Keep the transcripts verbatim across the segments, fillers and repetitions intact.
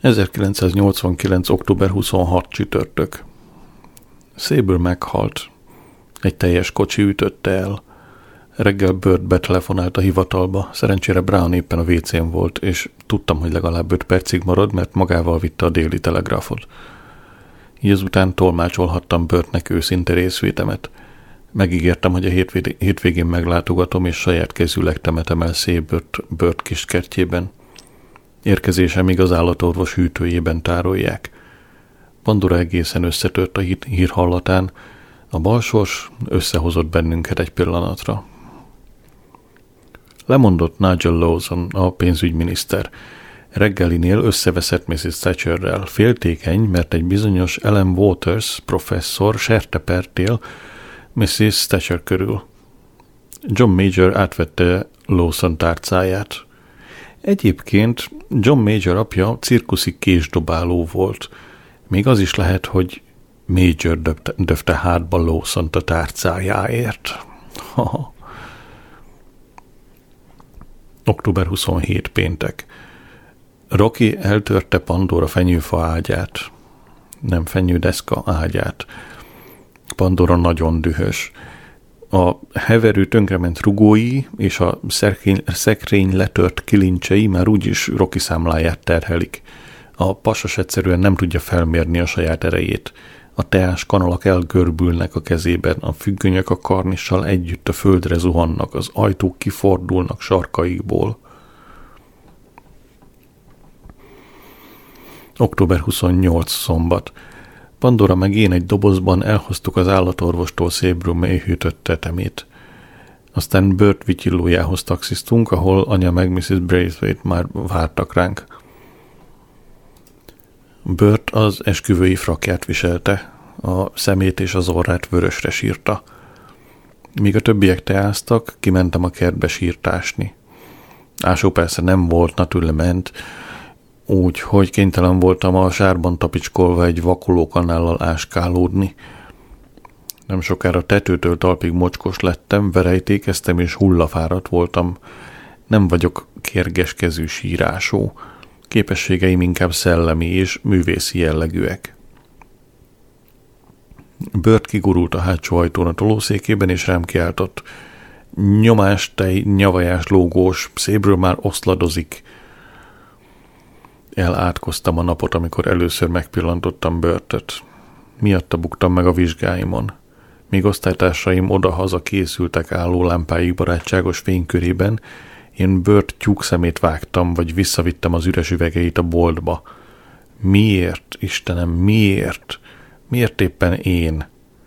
ezerkilencszáznyolcvankilenc. október huszonhatodika csütörtök. Sabre meghalt. Egy teljes kocsi ütötte el. Reggel Burt betelefonált a hivatalba. Szerencsére Brown éppen a vécén volt, és tudtam, hogy legalább öt percig marad, mert magával vitte a Daily Telegraphot. Így azután tolmácsolhattam Burtnek őszinte részvétemet. Megígértem, hogy a hétvégén meglátogatom, és saját kezűleg temetem el Sabret Burt kiskertjében. Érkezésemig az állatorvos hűtőjében tárolják. Pandora egészen összetört a hír hallatán, a balsors összehozott bennünket egy pillanatra. Lemondott Nigel Lawson, a pénzügyminiszter. Reggelinél összeveszett missziz Thatcherrel. Féltékeny, mert egy bizonyos Ellen Waters professzor sertepertél missziz Thatcher körül. John Major átvette Lawson tárcáját. Egyébként John Major apja cirkuszi késdobáló volt. Még az is lehet, hogy Major döfte, döfte hátba Lawsont a tárcájáért. október huszonhetedike. péntek. Rocky eltörte Pandora fenyőfa ágyát. Nem fenyődeszka ágyát. Pandora nagyon dühös. A heverő tönkrement rugói és a szekrény, szekrény letört kilincsei már úgyis Rocky számláját terhelik. A pasas egyszerűen nem tudja felmérni a saját erejét. A teás kanalak elgörbülnek a kezében, a függönyök a karnissal együtt a földre zuhannak, az ajtók kifordulnak sarkaikból. október huszonnyolcadika. szombat. Pandora meg én egy dobozban elhoztuk az állatorvostól Sabre mélyhűtött tetemét. Aztán Burt vityillójához taxisztunk, ahol anya meg missziz Braithwaite már vártak ránk. Burt az esküvői frakját viselte, a szemét és az orrát vörösre sírta. Míg a többiek teáztak, kimentem a kertbe sírtásni. Ásó persze nem volt, na tőle ment, úgy, hogy kénytelen voltam a sárban tapicskolva egy vakolókanállal áskálódni. Nem sokára tetőtől talpig mocskos lettem, verejtékeztem és hullafáradt voltam. Nem vagyok kérgeskezű sírásó. Képességeim inkább szellemi és művészi jellegűek. Burt kigurult a hátsó ajtón a tolószékében, és rám kiáltott. Nyomás, tej, nyavajás, lógós, Sabre már oszladozik. Elátkoztam a napot, amikor először megpillantottam Burtot. Miatta buktam meg a vizsgáimon. Míg osztálytársaim oda-haza készültek álló lámpáik barátságos fénykörében, én Burt tyúkszemét vágtam, vagy visszavittem az üres üvegeit a boltba. Miért, Istenem, miért? Miért éppen én?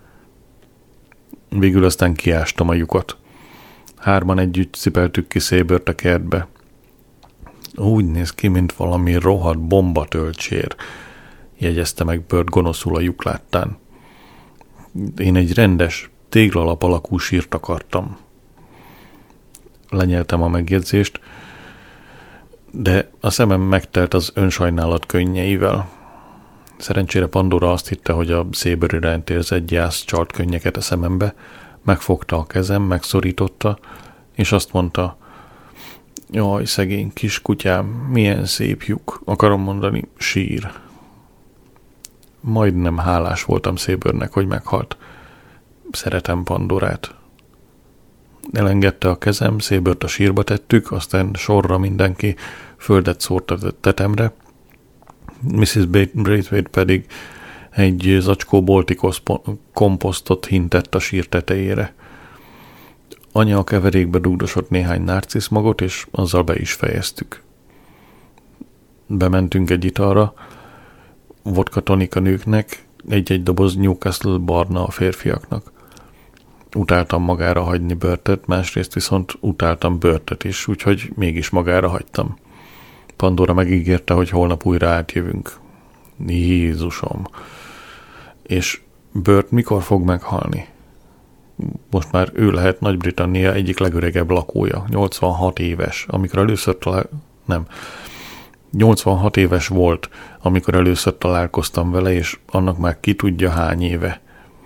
Végül aztán kiástam a lyukat. Hárman együtt cipeltük ki Sabret a kertbe. Úgy néz ki, mint valami rohadt bombatölcsér, jegyezte meg Burt gonoszul a lyuk láttán. Én egy rendes, téglalap alakú sírt akartam. Lenyeltem a megjegyzést, de a szemem megtelt az önsajnálat könnyeivel. Szerencsére Pandora azt hitte, hogy a Sabre iránt érzett gyász csalt könnyeket a szemembe, megfogta a kezem, megszorította, és azt mondta, jaj, szegény kis kutyám, milyen szép lyuk, akarom mondani, sír. Majdnem hálás voltam Sabretnek, hogy meghalt. Szeretem Pandorát. Elengedte a kezem, Sabret a sírba tettük, aztán sorra mindenki földet szórt a tetemre. missziz Braithwaite pedig egy zacskó bolti komposztot hintett a sír tetejére. Anya a keverékbe dugdosott néhány narciszmagot, és azzal be is fejeztük. Bementünk egy italra, vodka tonik a nőknek, egy-egy doboz Newcastle barna a férfiaknak. Utáltam magára hagyni Burtot, másrészt viszont utáltam Burtot is, úgyhogy mégis magára hagytam. Pandora megígérte, hogy holnap újra átjövünk. Jézusom! És Burt mikor fog meghalni? Most már ő lehet Nagy-Britannia egyik legöregebb lakója, nyolcvanhat éves, amikor először talál... nem... nyolcvanhat éves volt, amikor először találkoztam vele, és annak már ki tudja hány éve.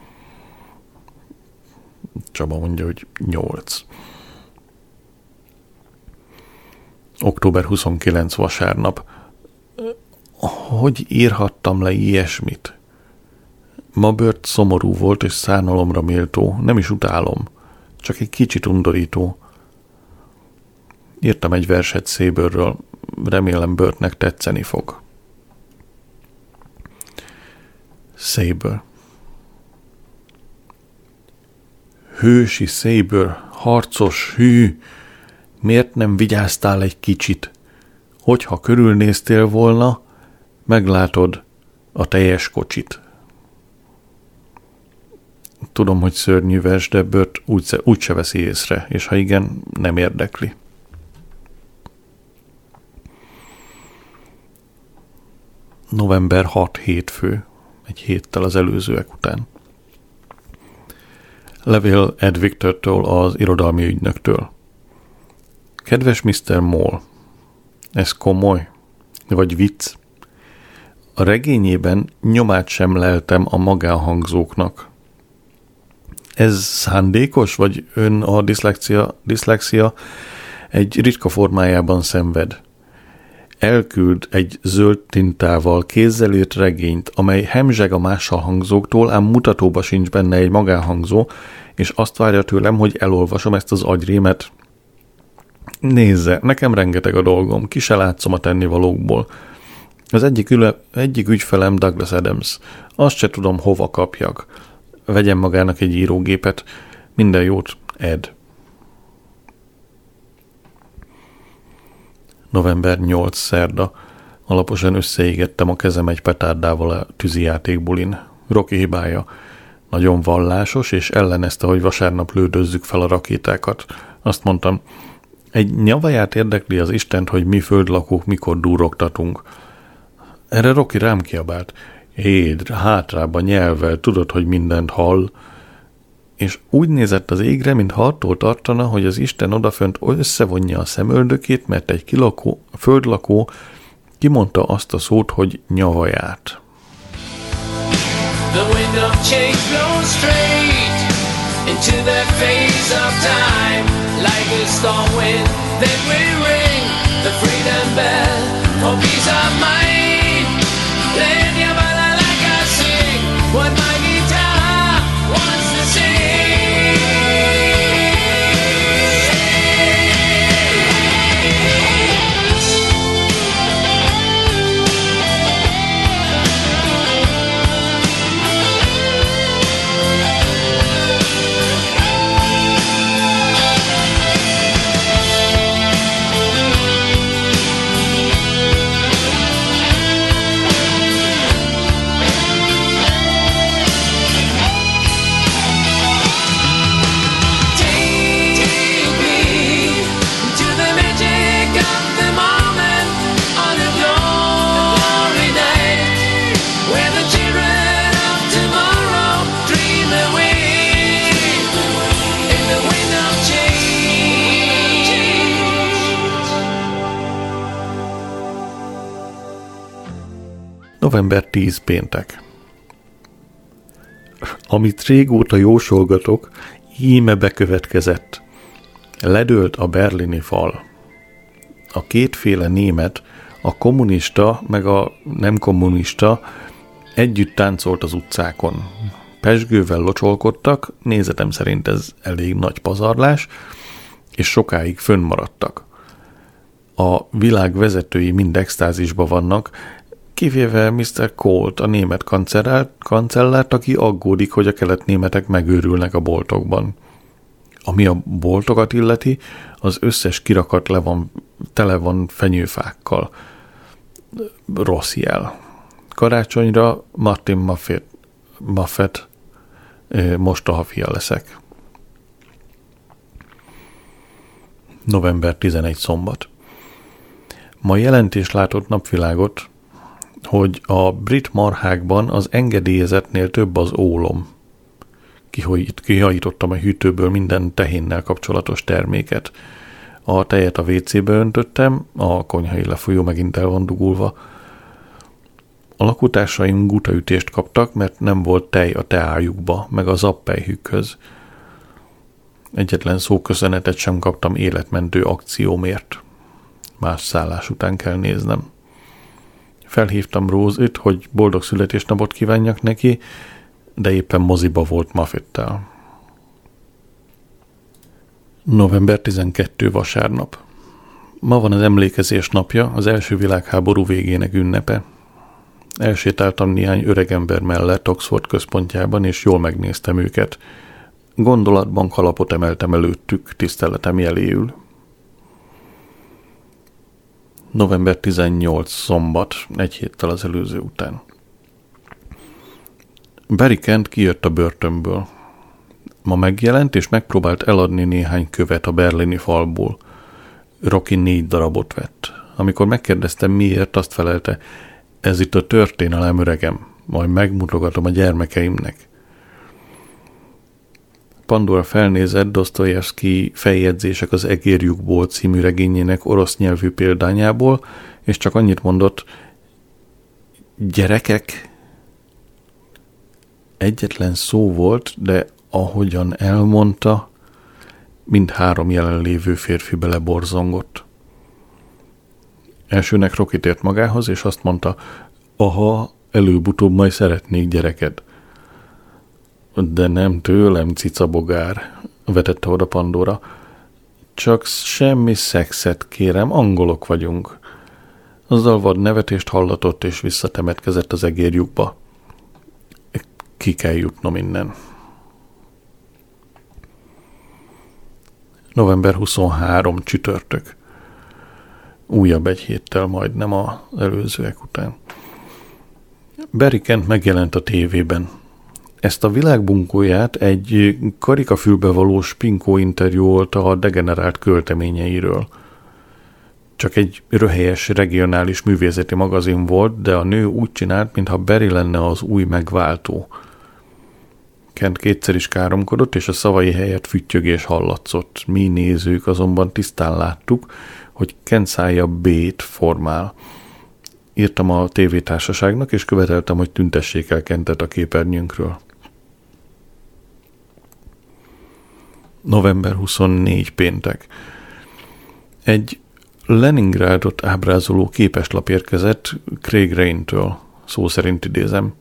Csaba mondja, hogy nyolc. október huszonkilencedike. vasárnap. hogy írhattam le ilyesmit? Ma Bört szomorú volt és szánalomra méltó, nem is utálom, csak egy kicsit undorító. Írtam egy verset Saberről, remélem Bertnek tetszeni fog. Saber. Hősi Saber, harcos, hű, miért nem vigyáztál egy kicsit? Hogyha körülnéztél volna, meglátod a teljes kocsit. Tudom, hogy szörnyű vers, de Bört úgy, úgy se veszi észre, és ha igen, nem érdekli. november hatodika hétfő, egy héttel az előzőek után. Levél Ed Victortól, az irodalmi ügynöktől. Kedves miszter Moll, ez komoly? Vagy vicc? A regényében nyomát sem leltem a magánhangzóknak. Ez szándékos, vagy ön a diszlexia, diszlexia egy ritka formájában szenved? Elküld egy zöld tintával kézzel írt regényt, amely hemzseg a mással hangzóktól, ám mutatóba sincs benne egy magánhangzó, és azt várja tőlem, hogy elolvasom ezt az agyrémet. Nézze, nekem rengeteg a dolgom, ki se látszom a tennivalókból. Az egyik, üle, egyik ügyfelem Douglas Adams. Azt se tudom, hova kapjak. Vegyen magának egy írógépet. Minden jót, Ed. november nyolcadika szerda. Alaposan összeégettem a kezem egy petárdával a tűzijátékbulin. Rocky hibája. Nagyon vallásos, és ellenezte, hogy vasárnap lődözzük fel a rakétákat. Azt mondtam, egy nyavaját érdekli az Istent, hogy mi földlakók mikor durogtatunk. Erre Rocky rám kiabált. Héd, hátrába nyelvvel, tudod, hogy mindent hall. És úgy nézett az égre, mintha attól tartana, hogy az Isten odafönt összevonja a szemöldökét, mert egy kilakó, földlakó kimondta azt a szót, hogy nyavaját. The wind of change blows straight into the face of time, like a storm wind that will ring the freedom bell for peace of mind. Let your body like I sing what my guitar wants to sing. november tizedike péntek. Amit régóta jósolgatok, íme bekövetkezett. Ledőlt a berlini fal. A kétféle német, a kommunista meg a nem kommunista együtt táncolt az utcákon. Pezsgővel locsolkodtak, nézetem szerint ez elég nagy pazarlás, és sokáig fönnmaradtak. A világ vezetői mind extázisban vannak, kivéve miszter Kohlt, a német kancellárt, aki aggódik, hogy a keletnémetek megőrülnek a boltokban. Ami a boltokat illeti, az összes kirakat le van, tele van fenyőfákkal. Rossz jel. Karácsonyra Martin Muffet, Muffet mostoha fia leszek. november tizenegyedike szombat. Ma jelentés látott napvilágot, hogy a brit marhákban az engedélyezetnél több az ólom. Kihajítottam a hűtőből minden tehénnel kapcsolatos terméket. A tejet a vécébe öntöttem, a konyhai lefolyó megint el van dugulva. A lakótársaim gutaütést kaptak, mert nem volt tej a teájukba, meg a zappelyhükhöz. Egyetlen szóköszönetet sem kaptam életmentő akciómért. Más szállás után kell néznem. Felhívtam Rózit, hogy boldog születésnapot kívánjak neki, de éppen moziba volt Muffettel. november tizenkettő vasárnap. Ma van az emlékezés napja, az első világháború végének ünnepe. Elsétáltam néhány öregember mellett Oxford központjában, és jól megnéztem őket. Gondolatban kalapot emeltem előttük, tiszteletem jeléül. november tizennyolc szombat, egy héttel az előző után. Barry Kent kijött a börtönből. Ma megjelent, és megpróbált eladni néhány követ a berlini falból. Rocky négy darabot vett. Amikor megkérdeztem miért, azt felelte, ez itt a történelem, öregem, majd megmutogatom a gyermekeimnek. Pandora felnézett Dosztojevszky Feljegyzések az egérlyukból című regényének orosz nyelvű példányából, és csak annyit mondott, gyerekek. Egyetlen szó volt, de ahogyan elmondta, mindhárom jelenlévő férfi beleborzongott. Elsőnek Rocky tért magához, és azt mondta, aha, előbb-utóbb majd szeretnék gyereket. De nem tőlem, cicabogár, vetette oda Pandora. Csak semmi szexet, kérem, angolok vagyunk. Azzal vad nevetést hallatott, és visszatemetkezett az egérlyukba. Ki kell jutnom innen. november huszonhárom csütörtök. Újabb egy héttel majdnem az előzőek után. Barry Kent megjelent a tévében. Ezt a világbunkóját egy karikafülbe való spinkó interjúolta a degenerált költeményeiről. Csak egy röhelyes regionális művészeti magazin volt, de a nő úgy csinált, mintha Barry lenne az új megváltó. Kent kétszer is káromkodott, és a szavai helyett füttyögés hallatszott. Mi nézők azonban tisztán láttuk, hogy Kent szája B-t formál. Írtam a tévétársaságnak, és követeltem, hogy tüntessék el Kentet a képernyőnkről. november huszonnégy péntek. Egy Leningrádot ábrázoló képeslap érkezett Craig Raine-től, szó szerint idézem.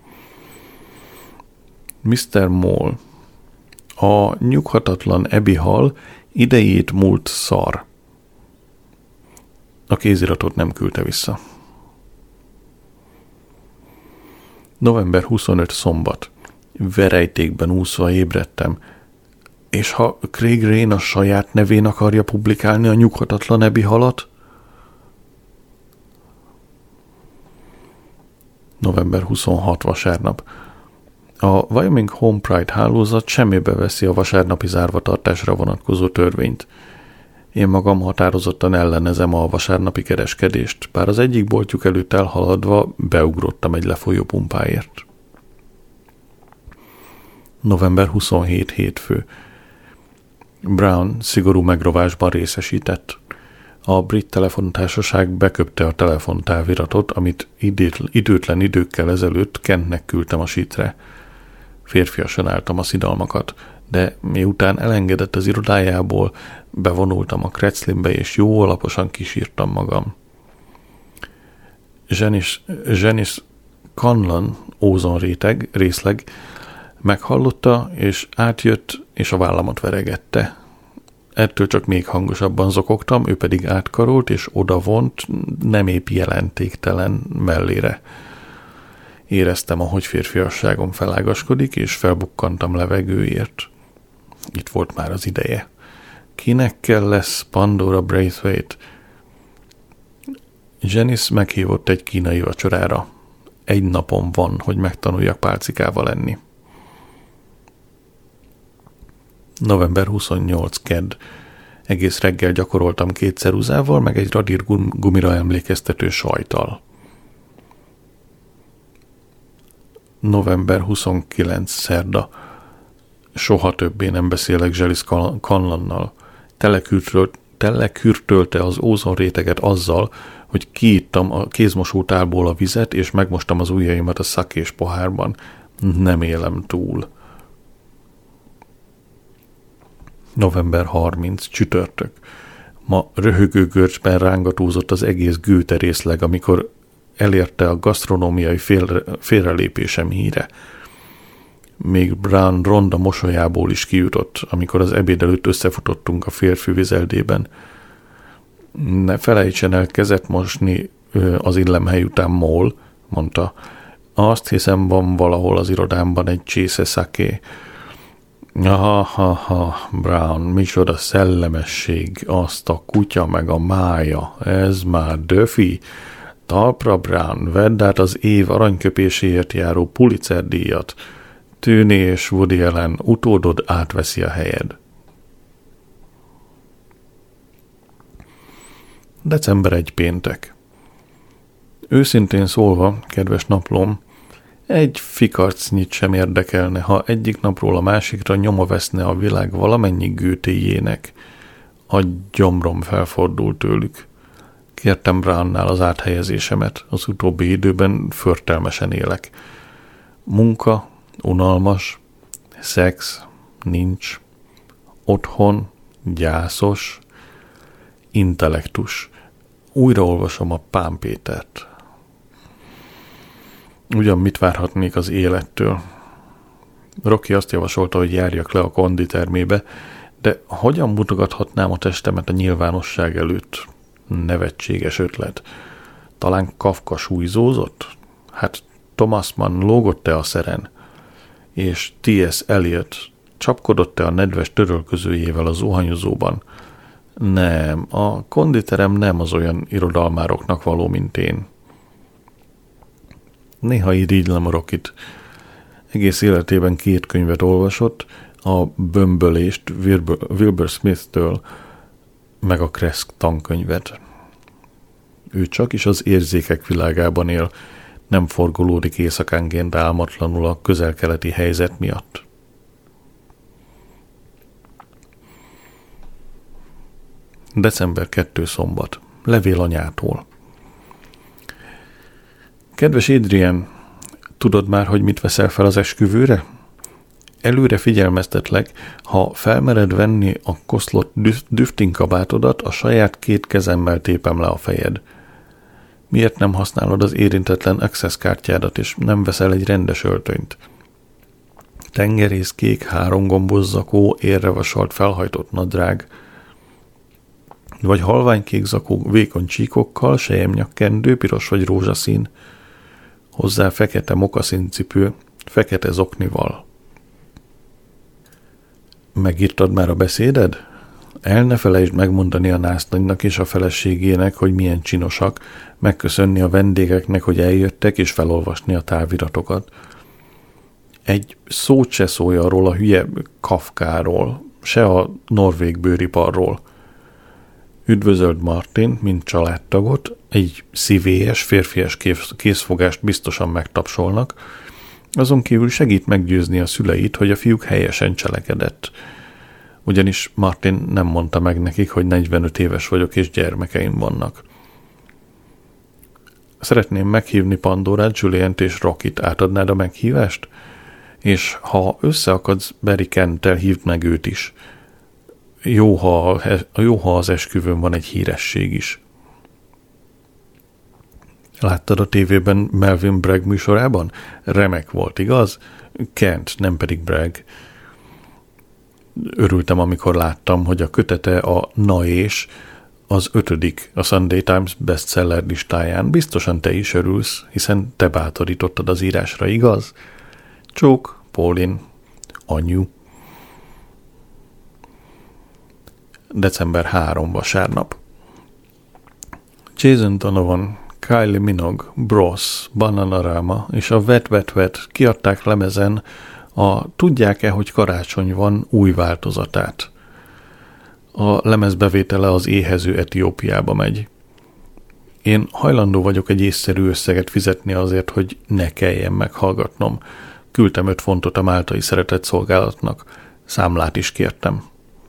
miszter Moll, a nyughatatlan Abbey Hall idejét múlt szar. A kéziratot nem küldte vissza. november huszonöt szombat. Verejtékben úszva ébredtem. És ha Craig Raine a saját nevén akarja publikálni a nyughatatlan Abbey Hallat? november huszonhat vasárnap. A Wyoming Home Pride hálózat semmibe veszi a vasárnapi zárvatartásra vonatkozó törvényt. Én magam határozottan ellenezem a vasárnapi kereskedést, bár az egyik boltjuk előtt elhaladva beugrottam egy lefolyó pumpáért. november huszonhét hétfő. Brown szigorú megrovásban részesített. A brit telefontársaság beköpte a telefontáviratot, amit időtlen időkkel ezelőtt Kentnek küldtem a sítre. Férfiasan álltam a szidalmakat, de miután elengedett az irodájából, bevonultam a kreclimbe, és jó alaposan kisírtam magam. Janice, Janice Conlon ózonréteg, részleg meghallotta, és átjött, és a vállamat veregette. Ettől csak még hangosabban zokogtam, ő pedig átkarolt, és odavont, nem épp jelentéktelen mellére. Éreztem, ahogy férfiasságom felágaskodik, és felbukkantam levegőért. Itt volt már az ideje. Kinek kell lesz Pandora Braithwaite? Janice meghívott egy kínai vacsorára. Egy napom van, hogy megtanuljak pálcikával lenni. november huszonnyolc kedd. Egész reggel gyakoroltam két ceruzával, meg egy radír gumira emlékeztető sajttal. november huszonkilenc szerda. Soha többé nem beszélek Janice Conlonnal. Telekürtölte az ózonréteget azzal, hogy kiittam a kézmosótálból a vizet, és megmostam az ujjaimat a szakés pohárban. Nem élem túl. november harmincadika csütörtök. Ma röhögő görcsben rángatózott az egész Goethe részleg, amikor elérte a gasztronómiai félre, félrelépésem híre. Még Brown ronda mosolyából is kijutott, amikor az ebéd előtt összefutottunk a férfi vizeldében. Ne felejtsen el kezet mosni az illemhely után, Mól, mondta. Azt hiszem, van valahol az irodámban egy csésze szaké. Ha, ha, ha, Brown, micsoda szellemesség, azt a kutya meg a mája, ez már döfi. Talpra, Brown, vedd át az év aranyköpéséért járó Pulitzer díjat. Tűni és Woody Allen, utódod átveszi a helyed. december elseje péntek. Őszintén szólva, kedves naplóm, egy fikarcnyit sem érdekelne, ha egyik napról a másikra nyoma veszne a világ valamennyi gőtéjének. A gyomrom felfordult tőlük. Kértem Brownnál az áthelyezésemet, az utóbbi időben förtelmesen élek. Munka, unalmas, szex, nincs, otthon, gyászos, intellektus. Újraolvasom a Pán Pétert. Ugyan mit várhatnék az élettől? Rocky azt javasolta, hogy járjak le a konditermébe, de hogyan mutogathatnám a testemet a nyilvánosság előtt? Nevetséges ötlet. Talán Kafka súlyzózott? Hát Thomas Mann lógott-e a szeren? És té es. Eliot csapkodott-e a nedves törölközőjével a zuhanyozóban? Nem, a konditerem nem az olyan irodalmároknak való, mint én. Néha irigylem a Rockit. Egész életében két könyvet olvasott, a Bömbölést Wilbur Smith-től, meg a Kresk tankönyvet. Ő csak is az érzékek világában él, nem forgolódik éjszakánként álmatlanul a közel-keleti helyzet miatt. december elsejé szombat. Levél anyától. Kedves Adrian, tudod már, hogy mit veszel fel az esküvőre? Előre figyelmeztetlek, ha felmered venni a koszlott düfting kabátodat, a saját két kezemmel tépem le a fejed. Miért nem használod az érintetlen Access kártyádat, és nem veszel egy rendes öltönyt? Tengerészkék, háromgombos zakó, érrevasalt felhajtott nadrág, vagy halványkék zakó vékony csíkokkal, selyemnyakkendő, piros vagy rózsaszín, hozzá fekete mokaszín cipő, fekete zoknival. Megírtad már a beszéded? El ne felejtsd megmondani a násznanynak és a feleségének, hogy milyen csinosak, megköszönni a vendégeknek, hogy eljöttek, és felolvasni a táviratokat. Egy szót se szólj arról a hülye Kafkáról, se a norvég bőriparról. Üdvözöld Martin, mint családtagot, egy szívélyes, férfias készfogást biztosan megtapsolnak, azon kívül segít meggyőzni a szüleit, hogy a fiúk helyesen cselekedett. Ugyanis Martin nem mondta meg nekik, hogy negyvenöt éves vagyok és gyermekeim vannak. Szeretném meghívni Pandorát, Julient és Rockit, átadnád a meghívást? És ha összeakadsz Barry Kenttel, hívd meg őt is. Jó ha, jó, ha az esküvőn van egy híresség is. Láttad a tévében Melvin Bragg műsorában? Remek volt, igaz? Kent, nem pedig Bragg. Örültem, amikor láttam, hogy a kötete a Na és az ötödik a Sunday Times bestseller listáján. Biztosan te is örülsz, hiszen te bátorítottad az írásra, igaz? Csók, Paulin, anyu. december harmadika vasárnap. Jason Donovan, Kylie Minogue, Bros, Bananarama és a Wet Wet Wet kiadták lemezen a Tudják-e, hogy karácsony van új változatát. A lemezbevétele az éhező Etiópiába megy. Én hajlandó vagyok egy észszerű összeget fizetni azért, hogy ne kelljen meghallgatnom. Küldtem öt fontot a máltai szeretett szolgálatnak. Számlát is kértem.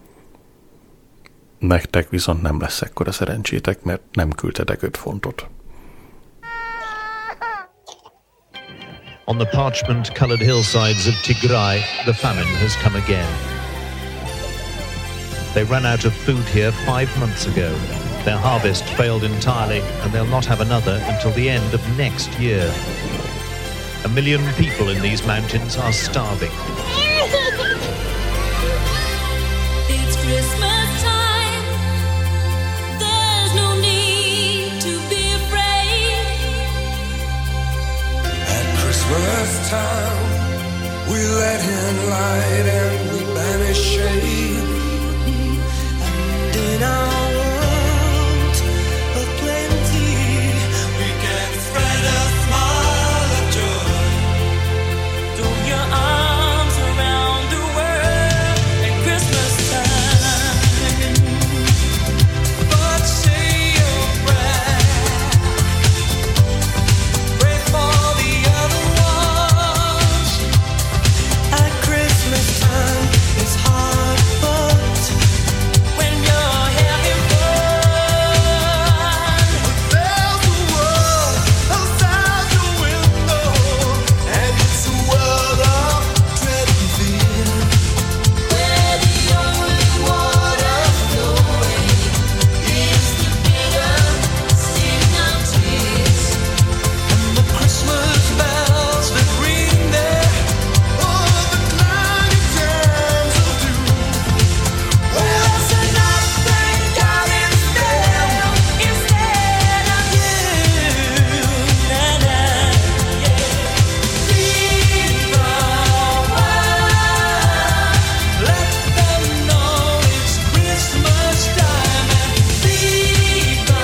Nektek viszont nem lesz ekkora szerencsétek, mert nem küldtetek öt fontot. On the parchment-coloured hillsides of Tigray, the famine has come again. They ran out of food here five months ago. Their harvest failed entirely, and they'll not have another until the end of next year. A million people in these mountains are starving. It's Christmas time. There's no need to be afraid. At Christmas time, we let in light and we banish shade. And in our world of plenty, we can spread a smile of joy. Throw your arms around the world at Christmas time. But say your prayer. Pray for the other ones. At Christmas time, it's hard, but When you're having fun, there's a world outside your window, and it's a world of dread and fear. where the only water flowing is the bitter sting of tears. And the Christmas bells that ring there, oh, the clanging chimes of doom. Well, it's enough, thank God, instead, Instead of you, na na, yeah. Lead the world, let them know it's Christmas time. And lead the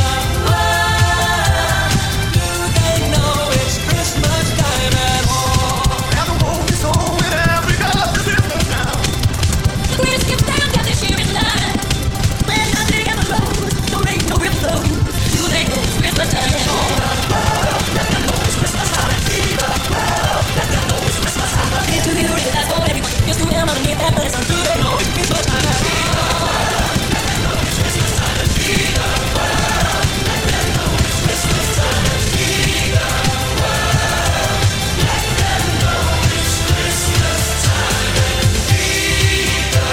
world. Do they know it's Christmas time at all? and the world is home in every other Christmas now. The greatest gift they'll get this year is love. When nothing ever flows, so ain't no real flow. Do they know it's Christmas time at all? Let them know it's Christmas time. Lead the world. Let them know it's Christmas time. It's to be the real, that's for everyone. Just to them underneath that blessing. Do they know it's Christmas time at all? Let them know it's Christmas time. Lead the world. Let them know it's Christmas time. Lead the world. Let them know it's Christmas time. Lead the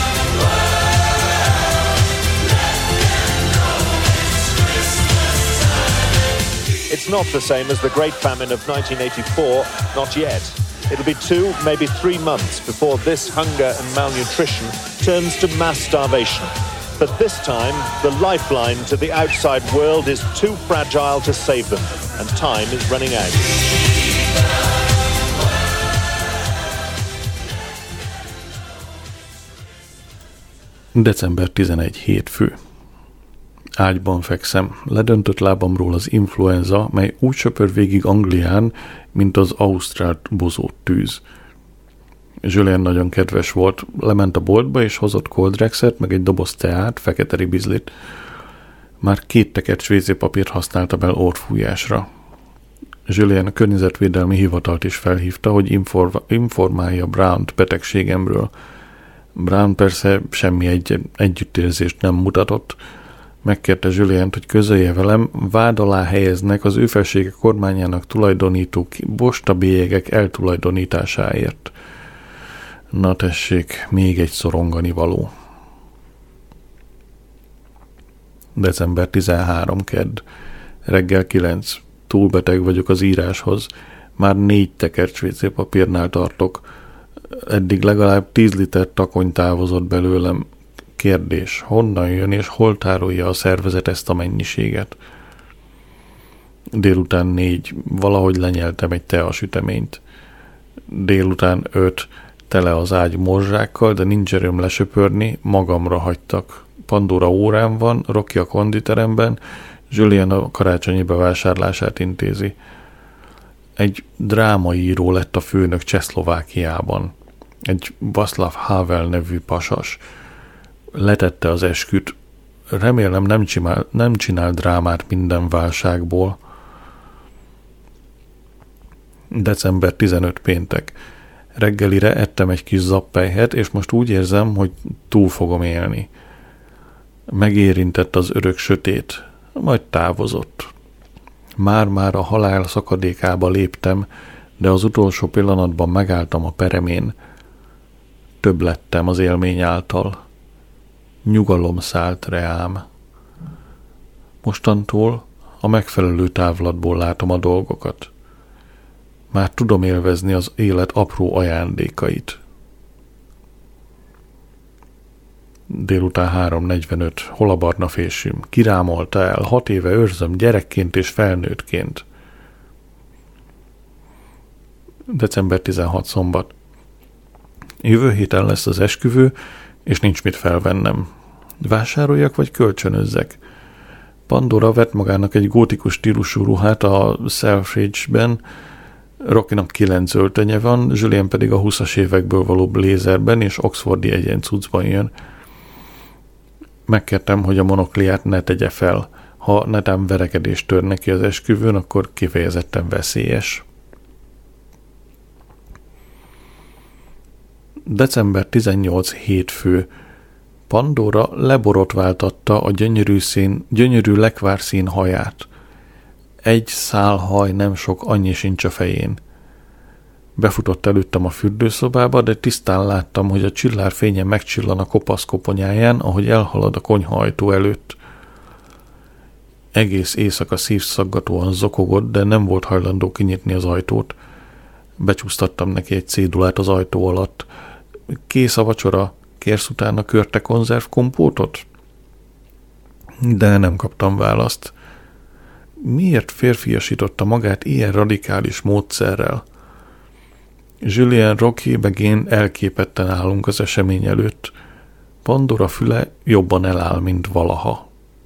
It's not the same as the Great Famine of nineteen eighty-four, not yet. It'll be two, maybe three months before this hunger and malnutrition turns to mass starvation. But this time, the lifeline to the outside world is too fragile to save them, and time is running out. december tizenegy hétfő. Ágyban fekszem, ledöntött lábamról az influenza, mely úgy söpör végig Anglián, mint az ausztrál bozót tűz. Julien nagyon kedves volt, lement a boltba és hozott Coldrexet, meg egy doboz teát, fekete ribizlit. Már két tekercs vézépapírt használtam el orrfújásra. Julien a környezetvédelmi hivatalt is felhívta, hogy inform- informálja Brownt betegségemről. Brown persze semmi egy- együttérzést nem mutatott. Megkérte Julient, hogy közölje velem, vád alá helyeznek az ő felsége kormányának tulajdonító bostabélyegek eltulajdonításáért. Na tessék, még egy szorongani való. december tizenharmadika kedd. Reggel kilenc. Túl beteg vagyok az íráshoz. Már négy tekercs vécépapírnál tartok. Eddig legalább tíz liter takony távozott belőlem. Kérdés, honnan jön és hol tárolja a szervezet ezt a mennyiséget? Délután négy, valahogy lenyeltem egy teasüteményt. Délután öt, tele az ágy morzsákkal, de nincs erőm lesöpörni, magamra hagytak. Pandora órán van, Rocky a konditeremben, Julien a karácsonyi bevásárlását intézi. Egy drámaíró lett a főnök Csehszlovákiában. Egy Václav Havel nevű pasas. Letette az esküt. Remélem nem csinál, nem csinál drámát minden válságból. december tizenötödike péntek. Reggelire ettem egy kis zappelyhet, és most úgy érzem, hogy túl fogom élni. Megérintett az örök sötét, majd távozott. Már-már a halál szakadékába léptem, de az utolsó pillanatban megálltam a peremén. Több lettem az élmény által. Nyugalom szállt reám. Mostantól a megfelelő távlatból látom a dolgokat. Már tudom élvezni az élet apró ajándékait. Délután három negyvenöt, hol a barna fésűm? Kirámolta el, hat éve őrzöm gyerekként és felnőttként. december tizenhatodika szombat. Jövő héten lesz az esküvő, és nincs mit felvennem. Vásároljak vagy kölcsönözzek? Pandora vett magának egy gótikus stílusú ruhát a Selfridge-ben, Rockynak kilenc öltönye van, Julien pedig a húszas évekből való blézerben és oxfordi egyencuccban jön. Megkértem, hogy a monokliát ne tegye fel. Ha netán verekedést tör neki az esküvőn, akkor kifejezetten veszélyes. december tizennyolcadika hétfő. Pandora leborotváltatta a gyönyörű, szín, gyönyörű lekvárszín haját. Egy szál haj nem sok, annyi sincs a fején. Befutott előttem a fürdőszobába, de tisztán láttam, hogy a csillárfénye megcsillan a kopasz koponyáján, ahogy elhalad a konyhaajtó előtt. Egész éjszaka szívszaggatóan zokogott, de nem volt hajlandó kinyitni az ajtót. Becsúsztattam neki egy cédulát az ajtó alatt. Kész a vacsora, kérsz utána körte konzervkompótot? De nem kaptam választ. Miért férfiasította magát ilyen radikális módszerrel? Julien, Rocky meg én elképetten állunk az esemény előtt. Pandora füle jobban eláll, mint valaha.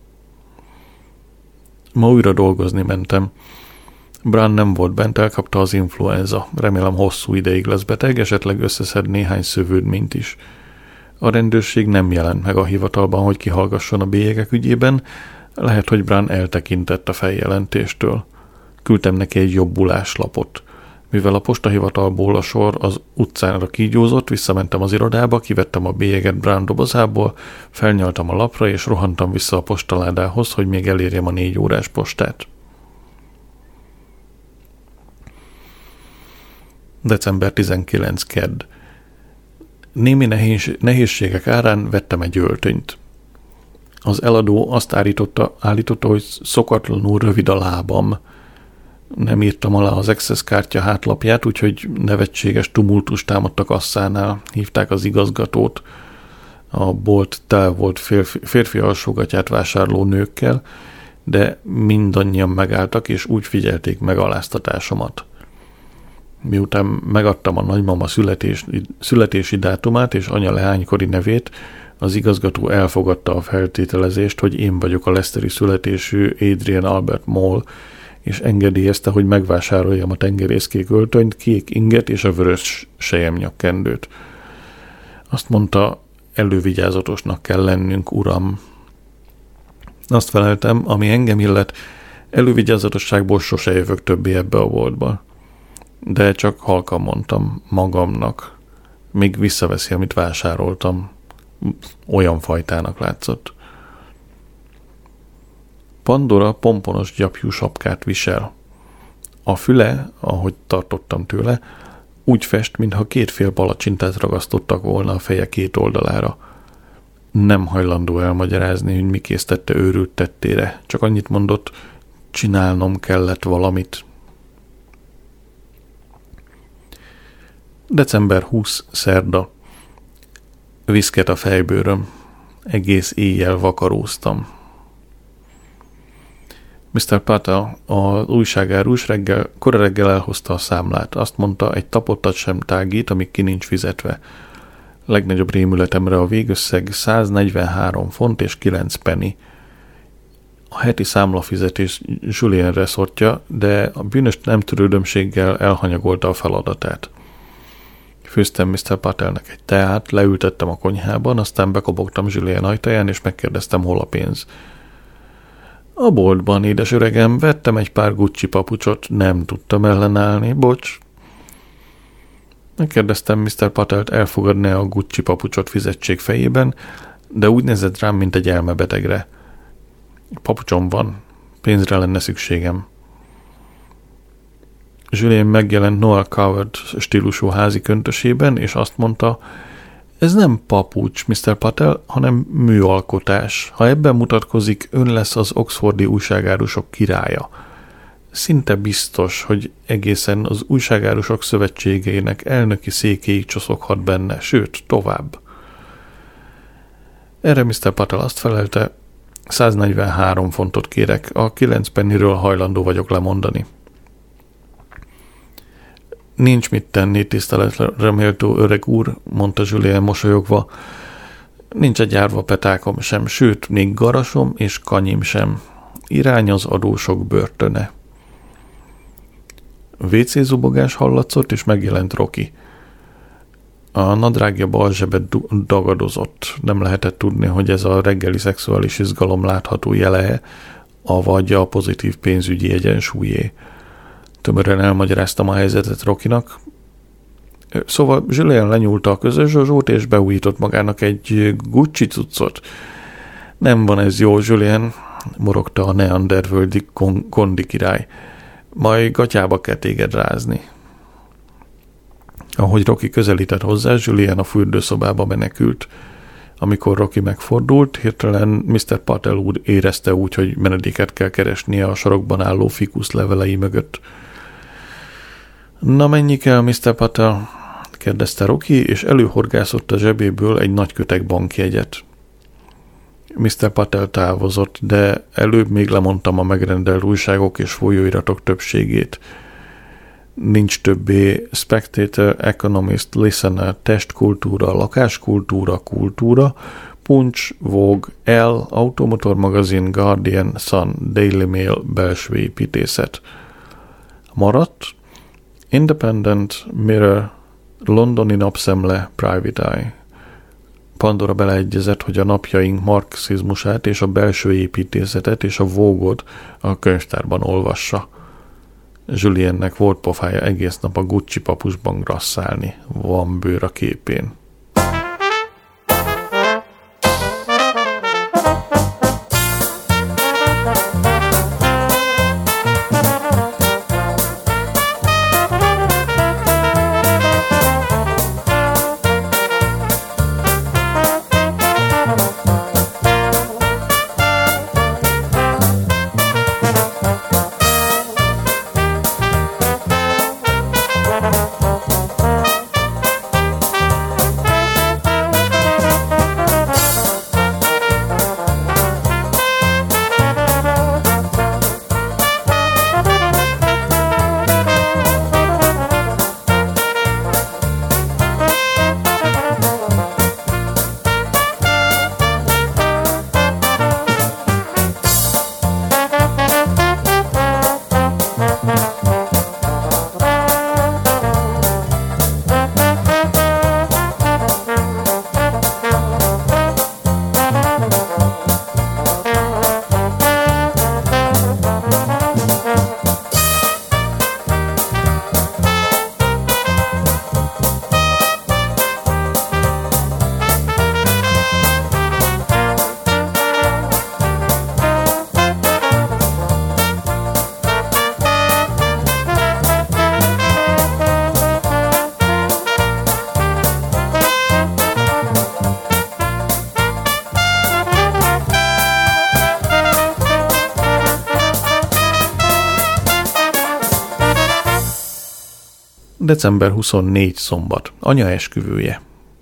Ma újra dolgozni mentem. Bran nem volt bent, elkapta az influenza. Remélem hosszú ideig lesz beteg, esetleg összeszed néhány szövődményt is. A rendőrség nem jelent meg a hivatalban, hogy kihallgasson a bélyegek ügyében. Lehet, hogy Bran eltekintett a feljelentéstől. Küldtem neki egy jobbuláslapot. Mivel a postahivatalból a sor az utcára kígyózott, visszamentem az irodába, kivettem a bélyeget Bran dobozából, felnyaltam a lapra, és rohantam vissza a postaládához, hogy még elérjem a négy órás postát. december tizenkilencedike kedd. Némi nehéz, nehézségek árán vettem egy öltönyt. Az eladó azt állította, állította, hogy szokatlanul rövid a lábam. Nem írtam alá az Access kártya hátlapját, úgyhogy nevetséges tumultus támadt a kasszánál. Hívták az igazgatót. A bolt tele volt férfi, férfi alsógatyát vásárló nőkkel, de mindannyian megálltak, és úgy figyelték megaláztatásomat. Miután megadtam a nagymama születés, születési dátumát és anya leánykori nevét, az igazgató elfogadta a feltételezést, hogy én vagyok a Leicesteri születésű Adrian Albert Moll, és engedélyezte, hogy megvásároljam a tengerészkék öltönyt, kék inget és a vörös selyemnyakkendőt. Azt mondta, elővigyázatosnak kell lennünk, uram. Azt feleltem, ami engem illet, elővigyázatosságból sose jövök többé ebbe a boltba. De csak halkan mondtam magamnak, még visszaveszi, amit vásároltam. Olyan fajtának látszott. Pandora pomponos gyapjú sapkát visel. A füle, ahogy tartottam tőle, úgy fest, mintha két fél palacsintát ragasztottak volna a feje két oldalára. Nem hajlandó elmagyarázni, hogy mi késztette őrült tettére, csak annyit mondott, csinálnom kellett valamit. december huszadika szerda. Viszket a fejbőröm. Egész éjjel vakaróztam. miszter Patel, az újságárus reggel, kora reggel elhozta a számlát. Azt mondta, egy tapottat sem tágít, amíg ki nincs fizetve. Legnagyobb rémületemre a végösszeg száznegyvenhárom font és kilenc penny. A heti számlafizetés Julien reszortja, de a bűnös nem törődömséggel elhanyagolta a feladatát. Főztem miszter Patelnek egy teát, leültettem a konyhában, aztán bekobogtam Julien ajtaján, és megkérdeztem, hol a pénz. A boltban, édes öregem, vettem egy pár Gucci papucsot, nem tudtam ellenállni, bocs. Megkérdeztem miszter Patelt, elfogadná a Gucci papucsot fizetség fejében, de úgy nézett rám, mint egy elmebetegre. Papucsom van, pénzre lenne szükségem. Julien megjelent Noel Coward stílusú házi köntösében, és azt mondta, Ez nem papucs, miszter Patel, hanem műalkotás. Ha ebben mutatkozik, ön lesz az oxfordi újságárusok királya. Szinte biztos, hogy egészen az újságárusok szövetségeinek elnöki székéig csoszoghat benne, sőt, tovább. Erre miszter Patel azt felelte, száznegyvenhárom fontot kérek, a kilenc penniről hajlandó vagyok lemondani. Nincs mit tenni, tiszteletre méltó öreg úr, mondta Julien mosolyogva. Nincs egy árva petákom sem, sőt, még garasom és kanyim sem. Irány az adósok börtöne. Vécézubogás hallatszott, és megjelent Rocky. A nadrágja bal zsebet dagadozott. Nem lehetett tudni, hogy ez a reggeli szexuális izgalom látható jele, avagy a pozitív pénzügyi egyensúlyé. Tömören elmagyaráztam a helyzetet Rockynak. Szóval Julien lenyúlta a közös zsozsót, és beújított magának egy Gucci cuccot. Nem van ez jó, Julien, morogta a neandervöldi kondi király. Majd gatyába kell téged rázni. Ahogy Rocky közelített hozzá, Julien a fürdőszobába menekült. Amikor Rocky megfordult, hirtelen miszter Patel úr érezte úgy, hogy menedéket kell keresnie a sarokban álló fikusz levelei mögött. Na mennyi kell, miszter Patel? Kérdezte Rocky, és előhorgászott a zsebéből egy nagy kötek bankjegyet. miszter Patel távozott, de előbb még lemondtam a megrendelt újságok és folyóiratok többségét. Nincs többé Spectator, Economist, Listener, testkultúra, lakáskultúra, kultúra, Punch, Vogue, Elle, Automotor magazin, Guardian, Sun, Daily Mail, belső építészet. Maradt Independent, Mirror, Londoni napszemle, Private Eye. Pandora beleegyezett, hogy a napjaink marxizmusát és a belső építészetet és a Vogue-ot a könyvtárban olvassa. Juliennek volt pofája egész nap a Gucci papusban grasszálni. Van bőr a képén. december huszonnégyedike szombat. Anya esküvője.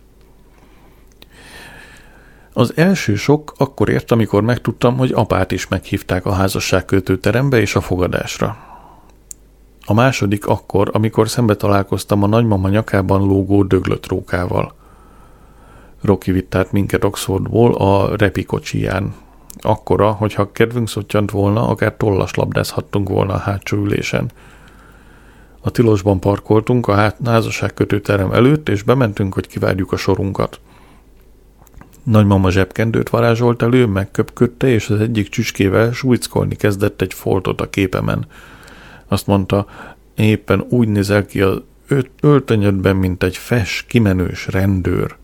Az első sok akkor ért, amikor megtudtam, hogy apát is meghívták a házasságkötő terembe és a fogadásra. A második akkor, amikor szembe találkoztam a nagymama nyakában lógó döglött rókával. Rocky vitt át minket Oxfordból a repikocsiján. Akkora, hogyha kedvünk szottyant volna, akár tollas labdázhattunk volna a hátsó ülésen. A tilosban parkoltunk a házasságkötő terem előtt, és bementünk, hogy kivárjuk a sorunkat. Nagymama zsebkendőt varázsolt elő, megköpködte, és az egyik csücskével súlycolni kezdett egy foltot a képemen. Azt mondta, éppen úgy nézel ki az öltönyödben, mint egy fes, kimenős rendőr.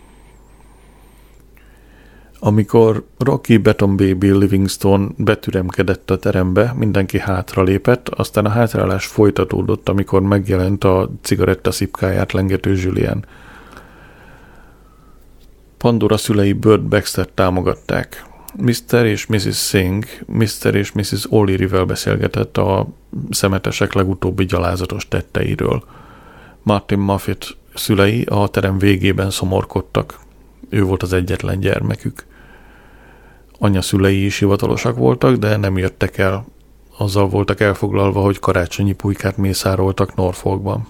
Amikor Rocky Beton Baby Livingstone betüremkedett a terembe, mindenki hátralépett, aztán a hátrálás folytatódott, amikor megjelent a cigaretta szipkáját lengető Julien. Pandora szülei Burt Baxter támogatták. miszter és missziz Singh miszter és missziz O'Learyvel beszélgetett a szemetesek legutóbbi gyalázatos tetteiről. Martin Moffitt szülei a terem végében szomorkodtak. Ő volt az egyetlen gyermekük. Anya szülei is hivatalosak voltak, de nem jöttek el. Azzal voltak elfoglalva, hogy karácsonyi pulykát mészároltak Norfolkban.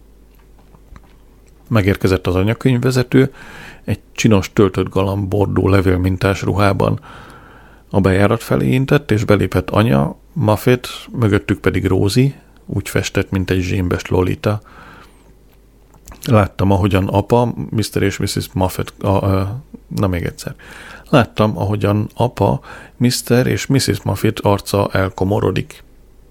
Megérkezett az anyakönyvvezető, egy csinos töltött galamb bordó levélmintás ruhában. A bejárat felé intett, és belépett anya, Moffitt, mögöttük pedig Rosie, úgy festett, mint egy zsémbes Lolita. Láttam, ahogyan apa, miszter és missziz Moffitt, a, a, na még egyszer. Láttam, ahogyan apa, miszter és missziz Moffitt arca elkomorodik.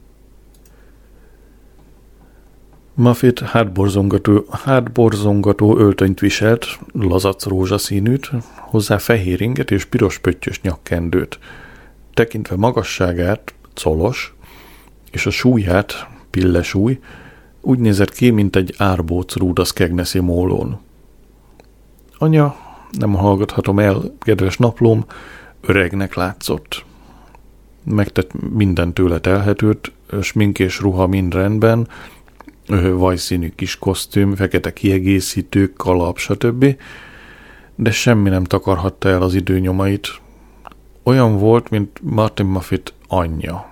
Moffitt hátborzongató, hátborzongató öltönyt viselt, lazac rózsaszínűt, hozzá fehér inget és piros pöttyös nyakkendőt. Tekintve magasságát, colos, és a súlyát, pillesúly, úgy nézett ki, mint egy árbóc rúd a Skegnessy mólón. Anya, nem hallgathatom el, kedves naplóm, öregnek látszott. Megtett minden tőle telhetőt, smink és ruha mind rendben, vajszínű kis kosztüm, fekete kiegészítők, kalap, stb. De semmi nem takarhatta el az időnyomait. Olyan volt, mint Martin Moffitt anyja.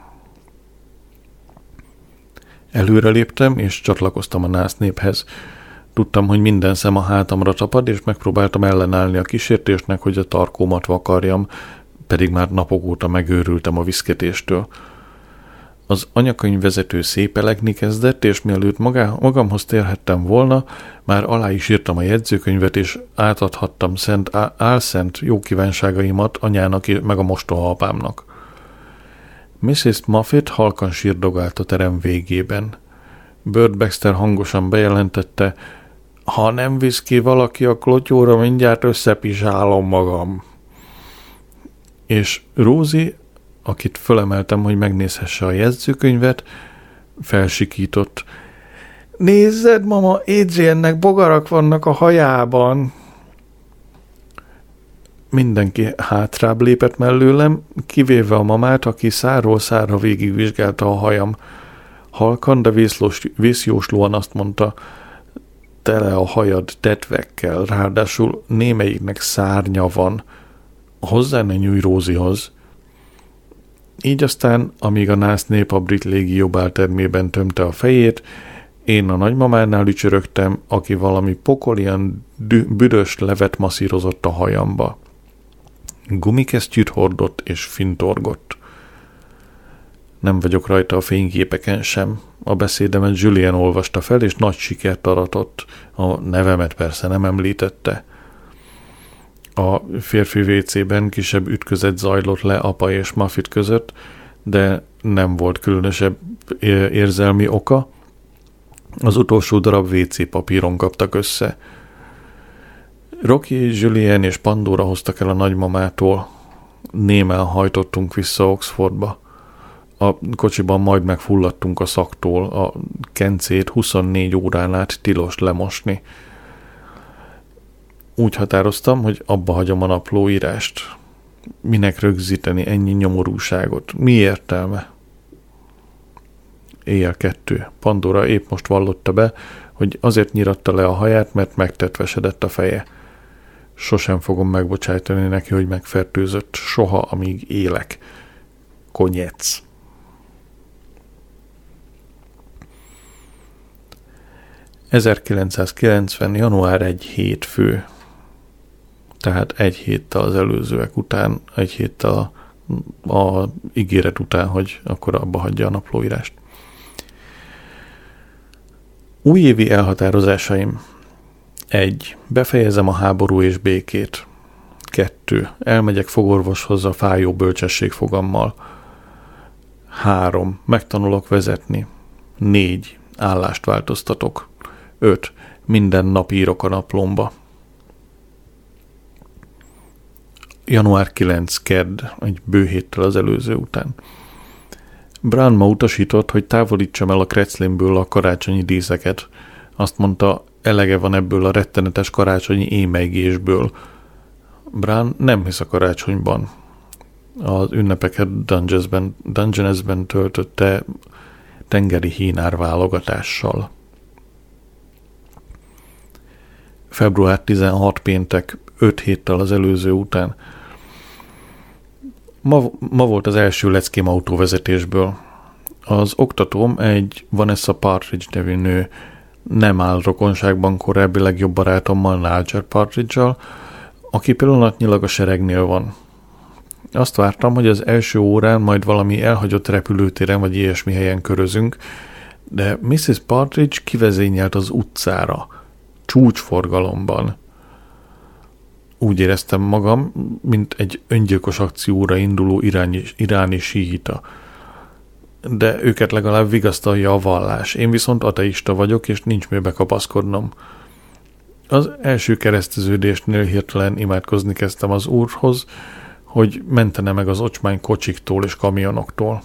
Előre léptem, és csatlakoztam a násznéphez. Tudtam, hogy minden szem a hátamra tapad, és megpróbáltam ellenállni a kísértésnek, hogy a tarkómat vakarjam, pedig már napok óta megőrültem a viszketéstől. Az anyakönyvvezető szépelegni kezdett, és mielőtt magá, magamhoz térhettem volna, már alá is írtam a jegyzőkönyvet, és átadhattam szent, álszent jó kívánságaimat anyának meg a mostohaapámnak. missziz Moffitt halkan sírdogált a terem végében. Burt Baxter hangosan bejelentette, ha nem visz ki valaki a klotyóra, mindjárt összepizsálom magam. És Rosie, akit fölemeltem, hogy megnézhesse a jegyzőkönyvet, felsikított. Nézzed, mama, Adriennek bogarak vannak a hajában. Mindenki hátrább lépett mellőlem, kivéve a mamát, aki szárról szárra végigvizsgálta a hajam. Halkan, de vészlós, vészjóslóan azt mondta, tele a hajad tetvekkel, ráadásul némelyiknek szárnya van. Hozzá ne nyújj Rózihoz. Így aztán, amíg a násznép a brit légió báltermében tömte a fejét, én a nagymamánál ücsörögtem, aki valami pokolian dü- büdös levet masszírozott a hajamba. Gumikesztyűt hordott és fintorgott. Nem vagyok rajta a fényképeken sem. A beszédemet Julien olvasta fel, és nagy sikert aratott. A nevemet persze nem említette. A férfi vécében kisebb ütközet zajlott le apa és Moffitt között, de nem volt különösebb érzelmi oka. Az utolsó darab vé cé papíron kaptak össze. Rocky, Julien és Pandora hoztak el a nagymamától. Némel hajtottunk vissza Oxfordba. A kocsiban majd megfulladtunk a szaktól, a kencét huszonnégy órán át tilos lemosni. Úgy határoztam, hogy abba hagyom a naplóírást. Minek rögzíteni ennyi nyomorúságot? Mi értelme? Éjjel kettő. Pandora épp most vallotta be, hogy azért nyiratta le a haját, mert megtetvesedett a feje. Sosem fogom megbocsájtani neki, hogy megfertőzött. Soha, amíg élek. Konyec. ezerkilencszázkilencven. január egy hétfő. Tehát egy héttel az előzőek után, egy héttel a, a ígéret után, hogy akkor abba hagyja a naplóírást. Újévi elhatározásaim. egy. Befejezem a háború és békét. kettő. Elmegyek fogorvoshoz a fájó bölcsességfogammal. három. Megtanulok vezetni. négy. Állást változtatok. öt. Minden nap írok a naplomba. január kilencedike. Kedd, egy bő héttel az előző után. Brown ma utasított, hogy távolítsam el a kreclinből a karácsonyi díszeket. Azt mondta, elege van ebből a rettenetes karácsonyi émeigésből. Bran nem hisz a karácsonyban. Az ünnepeket Dungeonsben, Dungeonsben töltötte tengeri hínár válogatással. február tizenhatodika péntek, öt héttel az előző után. Ma, ma volt az első leckém autóvezetésből. Az oktatóm egy Vanessa Partridge nevű nő, nem áll rokonságban korábbi legjobb barátommal, Nigel Partridge-al, aki pillanatnyilag a seregnél van. Azt vártam, hogy az első órán majd valami elhagyott repülőtéren vagy ilyesmi helyen körözünk, de missziz Partridge kivezényelt az utcára, csúcsforgalomban. Úgy éreztem magam, mint egy öngyilkos akcióra induló iráni, iráni síita. De őket legalább vigasztalja a vallás. Én viszont ateista vagyok, és nincs mibe kapaszkodnom. Az első kereszteződésnél hirtelen imádkozni kezdtem az Úrhoz, hogy mentene meg az ocsmány kocsiktól és kamionoktól.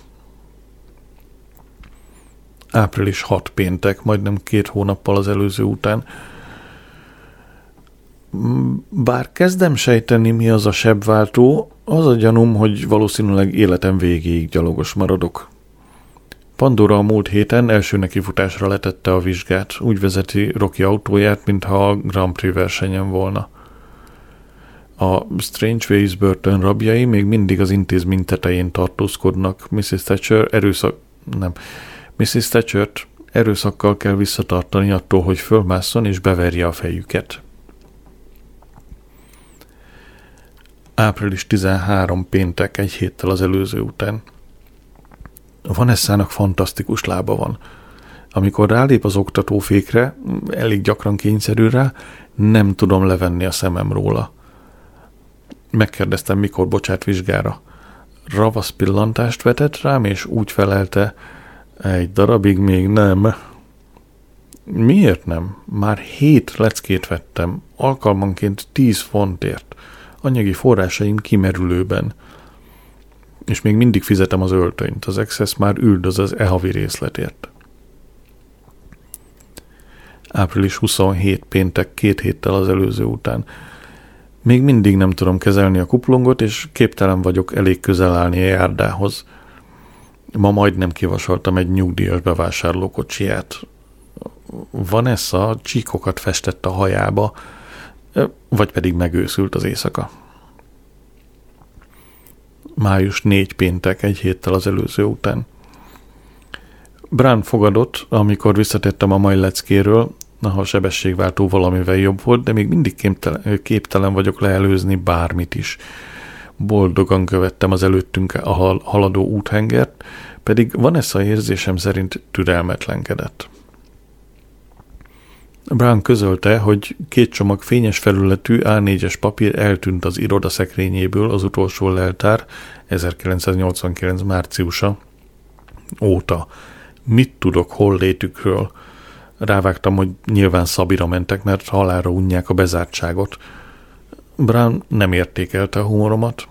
április hatodika péntek, majdnem két hónappal az előző után. Bár kezdem sejteni, mi az a sebváltó, az a gyanúm, hogy valószínűleg életem végéig gyalogos maradok. Pandora a múlt héten első nekifutásra letette a vizsgát, úgy vezeti Rocky autóját, mintha a Grand Prix versenyen volna. A Strange Ways börtön rabjai még mindig az intézmény tetején tartózkodnak. missziz Thatcher erőszak... nem. missziz Thatchert erőszakkal kell visszatartani attól, hogy fölmásszon és beverje a fejüket. április tizenharmadika péntek, egy héttel az előző után. Vanessa-nak fantasztikus lába van. Amikor rálép az oktatófékre, elég gyakran kényszerül rá, nem tudom levenni a szemem róla. Megkérdeztem, mikor bocsát vizsgára. Ravasz pillantást vetett rám, és úgy felelte, egy darabig még nem. Miért nem? Már hét leckét vettem, alkalmanként tíz fontért. Anyagi forrásaim kimerülőben. És még mindig fizetem az öltönyt. Az Access már üldöz az e-havi részletért. április huszonhetedike péntek, két héttel az előző után. Még mindig nem tudom kezelni a kuplungot, és képtelen vagyok elég közel állni a járdához. Ma majdnem kivasaltam egy nyugdíjas bevásárlókocsiját. Vanessa csíkokat festett a hajába, vagy pedig megőszült az éjszaka. május negyedike péntek, egy héttel az előző után. Bran fogadott, amikor visszatértem a mai leckéről, a sebességváltó valamivel jobb volt, de még mindig képtelen, képtelen vagyok leelőzni bármit is. Boldogan követtem az előttünk a haladó úthengert, pedig Vanessa érzésem szerint türelmetlenkedett. Bran közölte, hogy két csomag fényes felületű á négyes papír eltűnt az iroda szekrényéből az utolsó leltár ezerkilencszáznyolcvankilenc márciusa óta. Mit tudok hollétükről? Rávágtam, hogy nyilván Szabira mentek, mert halálra unják a bezártságot. Bran nem értékelte a humoromat.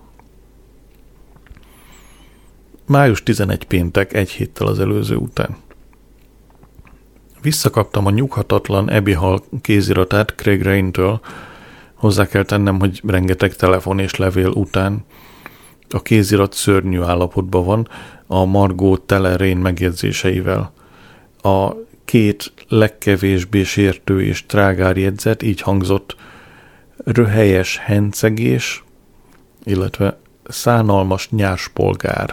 május tizenegyedike péntek, egy héttel az előző után. Visszakaptam a nyughatatlan Abby Hall kéziratát Craig Raine-től. Hozzá kell tennem, hogy rengeteg telefon és levél után a kézirat szörnyű állapotban van, a Margot tele Raine megjegyzéseivel. A két legkevésbé sértő és trágár jegyzet így hangzott: röhelyes hencegés, illetve szánalmas nyárspolgár.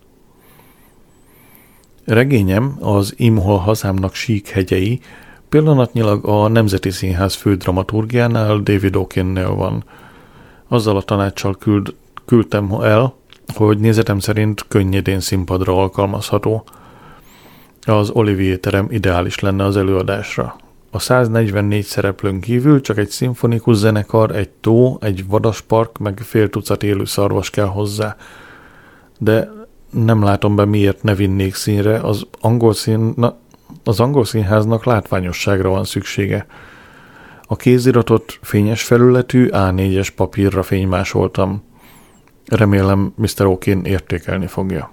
Regényem, az Imhol hazámnak sík hegyei pillanatnyilag a Nemzeti Színház fődramaturgiánál, David O'Kinnnél van. Azzal a tanáccsal küld, küldtem el, hogy nézetem szerint könnyedén színpadra alkalmazható. Az Olivier terem ideális lenne az előadásra. A száznegyvennégy szereplőn kívül csak egy szimfonikus zenekar, egy tó, egy vadaspark, meg fél tucat élő szarvas kell hozzá. De nem látom be, miért ne vinnék színre, az angol, szín, na, az angol színháznak látványosságra van szüksége. A kéziratot fényes felületű á négyes papírra fénymásoltam. Remélem miszter O'Kinn értékelni fogja.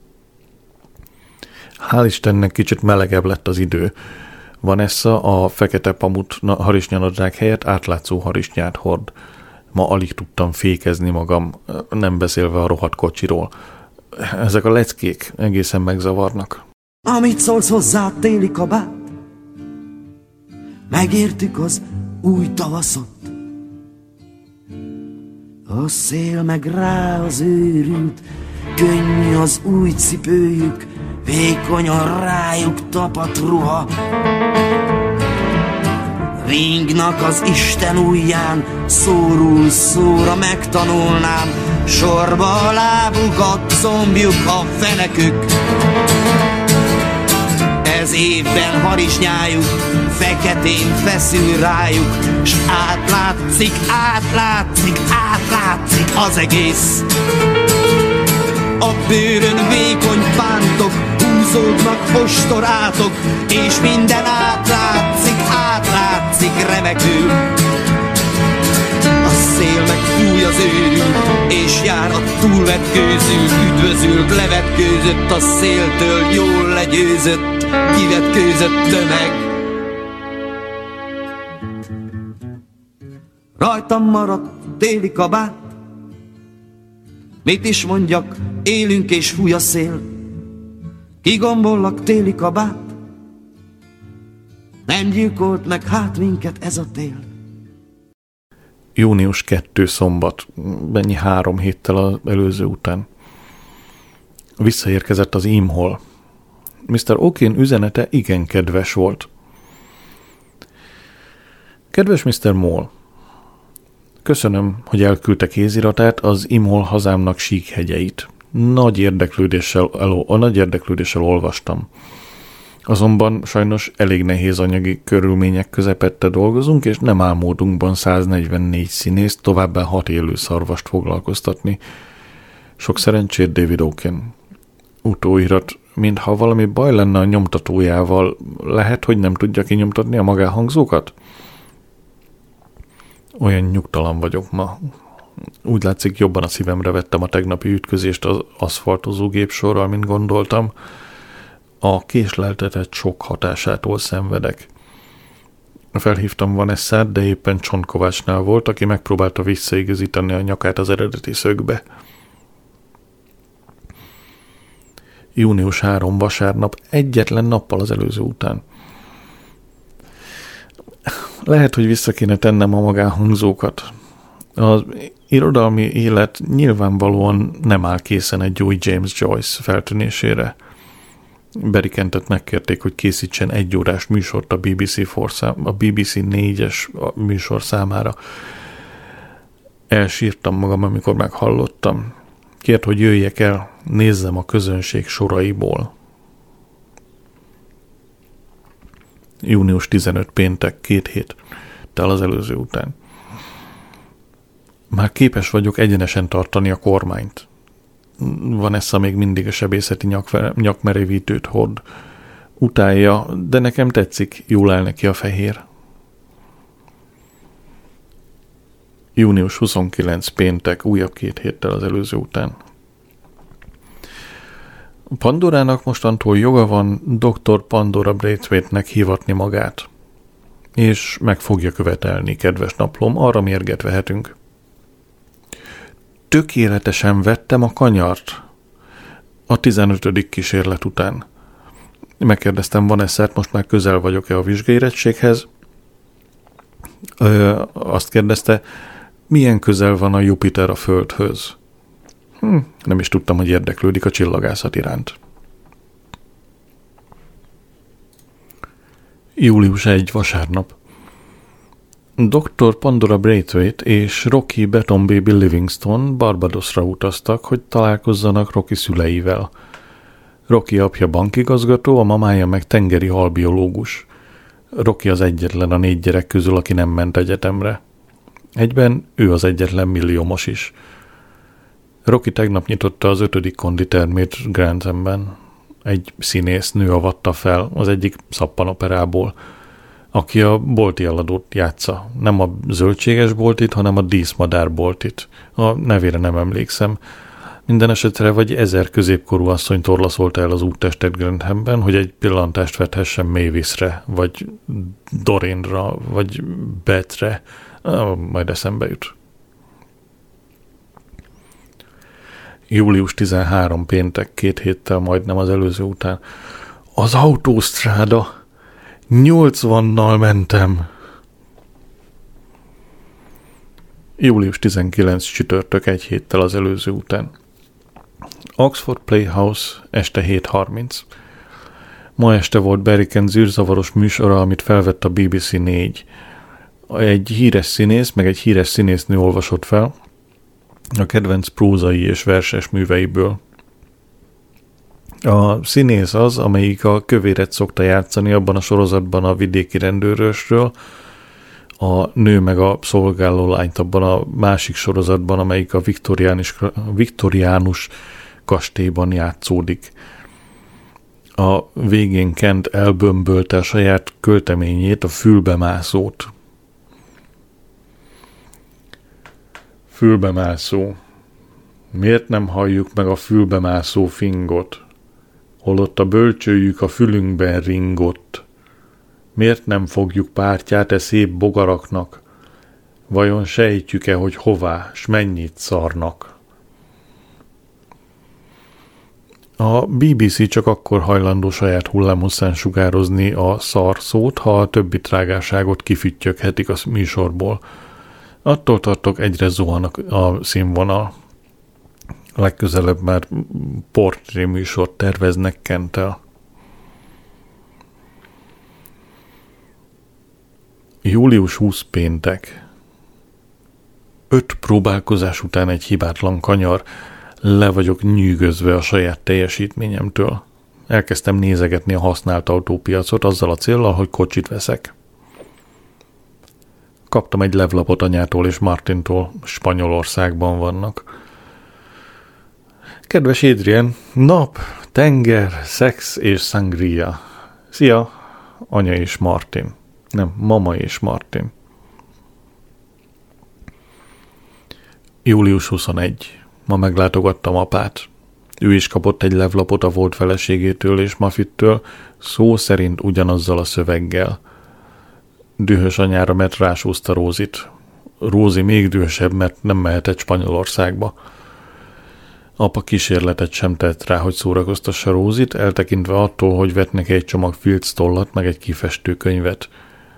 Hál' Istennek kicsit melegebb lett az idő. Vanessa a fekete pamut harisnyanadrág helyett átlátszó harisnyát hord. Ma alig tudtam fékezni magam, nem beszélve a rohadt kocsiról. Ezek a leckék egészen megzavarnak. Amit szólsz hozzá, téli kabát, megértük az új tavaszot. A szél meg rá az őrült, könnyű az új cipőjük, vékonyan rájuk tapadt ruha. Ringnak az Isten ujján, szóról szóra megtanulnám, sorba a lábukat, zombjuk a fenekük. Ez évben harisnyájuk, feketén feszül rájuk, s átlátszik, átlátszik, átlátszik az egész. A bőrön vékony pántok, húzódnak ostorátok, és minden átlátszik, átlátszik remekül. A szél meg fúj az őrült, és jár a túlvetkőzült, üdvözült, levetkőzött a széltől, jól legyőzött, kivetkőzött tömeg. Rajtam maradt téli kabát, mit is mondjak, élünk és fúj a szél. Kigombollak téli kabát, nem gyilkolt meg hát minket ez a tél. június kettő szombat, mennyi három héttel az előző után. Visszaérkezett az e-mail. miszter Okén üzenete igen kedves volt. Kedves miszter Moll, köszönöm, hogy elküldte kéziratát, az e-mail hazámnak síkhegyeit. Nagy érdeklődéssel, elol, a nagy érdeklődéssel olvastam. Azonban sajnos elég nehéz anyagi körülmények közepette dolgozunk, és nem áll módunkban száznegyvennégy színészt, továbbá hat élő szarvast foglalkoztatni. Sok szerencsét, David Okén. Utóirat, mintha valami baj lenne a nyomtatójával, lehet, hogy nem tudja kinyomtatni a magánhangzókat? Olyan nyugtalan vagyok ma. Úgy látszik, jobban a szívemre vettem a tegnapi ütközést az aszfaltozó gépsorral, mint gondoltam. A késleltetett sok hatásától szenvedek. Felhívtam Vanessát, de éppen Csontkovácsnál volt, aki megpróbálta visszaigazítani a nyakát az eredeti szögbe. június harmadika vasárnap, egyetlen nappal az előző után. Lehet, hogy vissza kéne tennem a magánhangzókat. Az irodalmi élet nyilvánvalóan nem áll készen egy új James Joyce feltűnésére. Berikentett megkérték, hogy készítsen egy órás műsort a bé bé cé, szám, a bé bé cé négyes műsor számára. Elsírtam magam, amikor meghallottam. Kért, hogy jöjjek el, nézzem a közönség soraiból. június tizenötödike péntek, két héttel az előző után. Már képes vagyok egyenesen tartani a kormányt. Vanessa még mindig a sebészeti nyakmerevítőt hord. Utálja, de nekem tetszik, jól áll neki a fehér. június huszonkilencedike péntek, újabb két héttel az előző után. Pandorának mostantól joga van doktor Pandora Braithwaite-nek hivatni magát. És meg fogja követelni, kedves naplóm, arra mérget vehetünk. Tökéletesen vettem a kanyart a tizenötödik kísérlet után. Megkérdeztem Vanessát, most már közel vagyok-e a vizsgaérettséghez. Ö, azt kérdezte, milyen közel van a Jupiter a Földhöz. Hm, nem is tudtam, hogy érdeklődik a csillagászat iránt. július elsején vasárnap. doktor Pandora Braithwaite és Rocky Beton Baby Livingston Barbadosra utaztak, hogy találkozzanak Rocky szüleivel. Rocky apja bankigazgató, a mamája meg tengeri halbiológus. Rocky az egyetlen a négy gyerek közül, aki nem ment egyetemre. Egyben ő az egyetlen milliómos is. Rocky tegnap nyitotta az ötödik konditermét Granthamben. Egy színésznő avatta fel az egyik szappanoperából, aki a bolti eladót játsza. Nem a zöldséges boltit, hanem a díszmadár boltit. A nevére nem emlékszem. Minden esetre vagy ezer középkorú asszony torlaszolta el az úttestet Granthamben, hogy egy pillantást vethessen Mavisre, vagy Dorinra, vagy Bethre. Ah, majd eszembe jut. július tizenharmadika péntek, két héttel majdnem az előző után. Az autósztráda. nyolcvannal mentem. július tizenkilencedike csütörtök, egy héttel az előző után. Oxford Playhouse, este hét harminc. Ma este volt Barry Kent zűrzavaros műsora, amit felvett a bé bé cé négy. Egy híres színész, meg egy híres színésznő olvasott fel a kedvenc prózai és verses műveiből. A színész az, amelyik a kövéret szokta játszani abban a sorozatban a vidéki rendőrösről, a nő meg a szolgáló lányt abban a másik sorozatban, amelyik a viktoriánus, viktoriánus kastélyban játszódik. A végén Kent elbömbölte a saját költeményét, a fülbemászót. Fülbemászó. Miért nem halljuk meg a fülbemászó fingot? Holott a bölcsőjük a fülünkben ringott. Miért nem fogjuk pártját e szép bogaraknak? Vajon sejtjük-e, hogy hová, s mennyit szarnak? A bé bé cé csak akkor hajlandó saját hullámhosszán sugározni a szar szót, ha a többi trágárságot kifüttyöghetik a műsorból. Attól tartok, egyre zuhan a színvonal. Legközelebb már portré műsort terveznek Kenttel. július huszadika péntek. Öt próbálkozás után egy hibátlan kanyar. Le vagyok nyűgözve a saját teljesítményemtől. Elkezdtem nézegetni a használt autópiacot azzal a céllal, hogy kocsit veszek. Kaptam egy levlapot anyától és Martintól, Spanyolországban vannak. Kedves Adrian, nap, tenger, szex és sangria. Szia, anya és Martin. Nem, mama és Martin. július huszonegyedike. Ma meglátogattam apát. Ő is kapott egy levlapot a volt feleségétől és Mafittől, szó szerint ugyanazzal a szöveggel. Dühös anyára, mert rásúzta Rózit. Rózi még dühösebb, mert nem mehetett Spanyolországba. Apa kísérletet sem tett rá, hogy szórakoztassa Rózit, eltekintve attól, hogy vett neki egy csomag Filc tollat, meg egy kifestőkönyvet.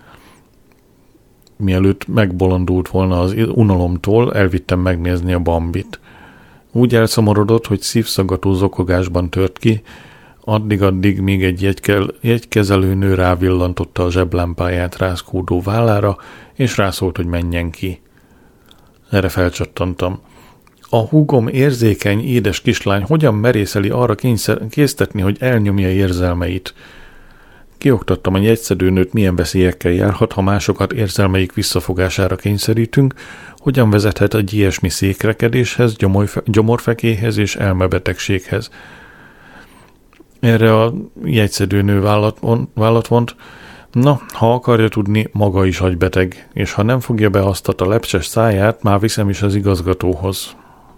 Mielőtt megbolondult volna az unalomtól, elvittem megnézni a Bambit. Úgy elszomorodott, hogy szívszaggató zokogásban tört ki, addig-addig még egy jegykel, jegykezelőnő rávillantotta a zseblámpáját rázkódó vállára, és rászólt, hogy menjen ki. Erre felcsattantam. A húgom érzékeny, édes kislány hogyan merészeli arra kényszer, késztetni, hogy elnyomja érzelmeit? Kioktattam a jegyszedőnőt, milyen veszélyekkel járhat, ha másokat érzelmeik visszafogására kényszerítünk, hogyan vezethet egy ilyesmi székrekedéshez, gyomorfekéhez és elmebetegséghez. Erre a jegyszedőnő vállat vont, na, ha akarja tudni, maga is agybeteg, és ha nem fogja be azt a lepses száját, már viszem is az igazgatóhoz.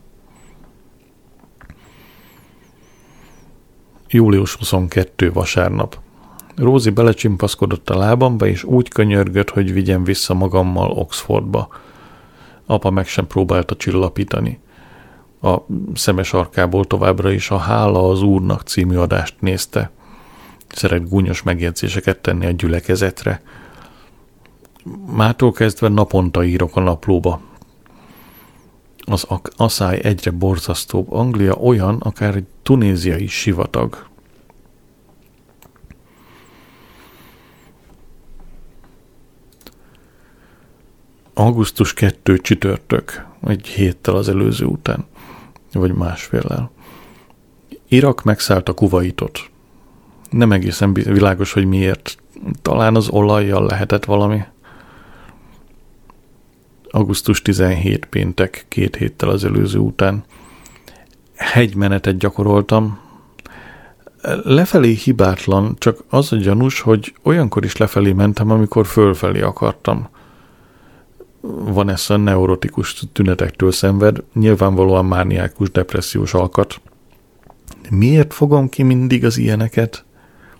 július huszonkettedike vasárnap. Rózi belecsimpaszkodott a lábamba, és úgy könyörgött, hogy vigyem vissza magammal Oxfordba. Apa meg sem próbálta csillapítani. A szemes arkából továbbra is a Hála az Úrnak című adást nézte. Szeret gúnyos megjegyzéseket tenni a gyülekezetre. Mától kezdve naponta írok a naplóba. Az asszály egyre borzasztóbb. Anglia olyan, akár egy tunéziai sivatag. augusztus kettő csütörtök, egy héttel az előző után, vagy másféllel. Irak megszállta Kuvaitot. Nem egészen világos, hogy miért. Talán az olajjal lehetett valami. augusztus tizenhetedike péntek, két héttel az előző után. Hegymenetet gyakoroltam. Lefelé hibátlan, csak az a gyanús, hogy olyankor is lefelé mentem, amikor fölfelé akartam. Van ez a neurotikus tünetektől szenved, nyilvánvalóan mániákus depressziós alkat. Miért fogom ki mindig az ilyeneket?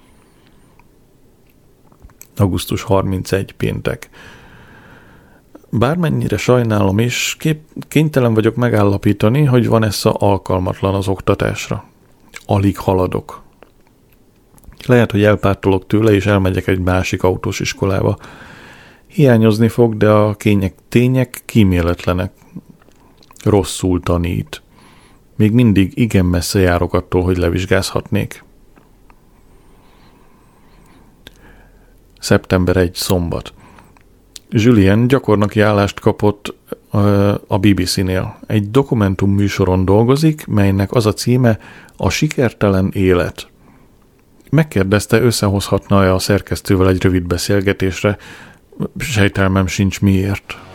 augusztus harmincegyedike péntek. Bármennyire sajnálom is, kép, kénytelen vagyok megállapítani, hogy Vanessa alkalmatlan az oktatásra. Alig haladok. Lehet, hogy elpártolok tőle, és elmegyek egy másik autós iskolába. Hiányozni fog, de a kények, tények kíméletlenek. Rosszul tanít. Még mindig igen messze járok attól, hogy levizsgázhatnék. szeptember elseje szombat. Julien gyakornoki állást kapott a bé bé cé-nél. Egy dokumentum műsoron dolgozik, melynek az a címe A sikertelen élet. Megkérdezte, összehozhatna-e a szerkesztővel egy rövid beszélgetésre, sejtelmem sincs miért.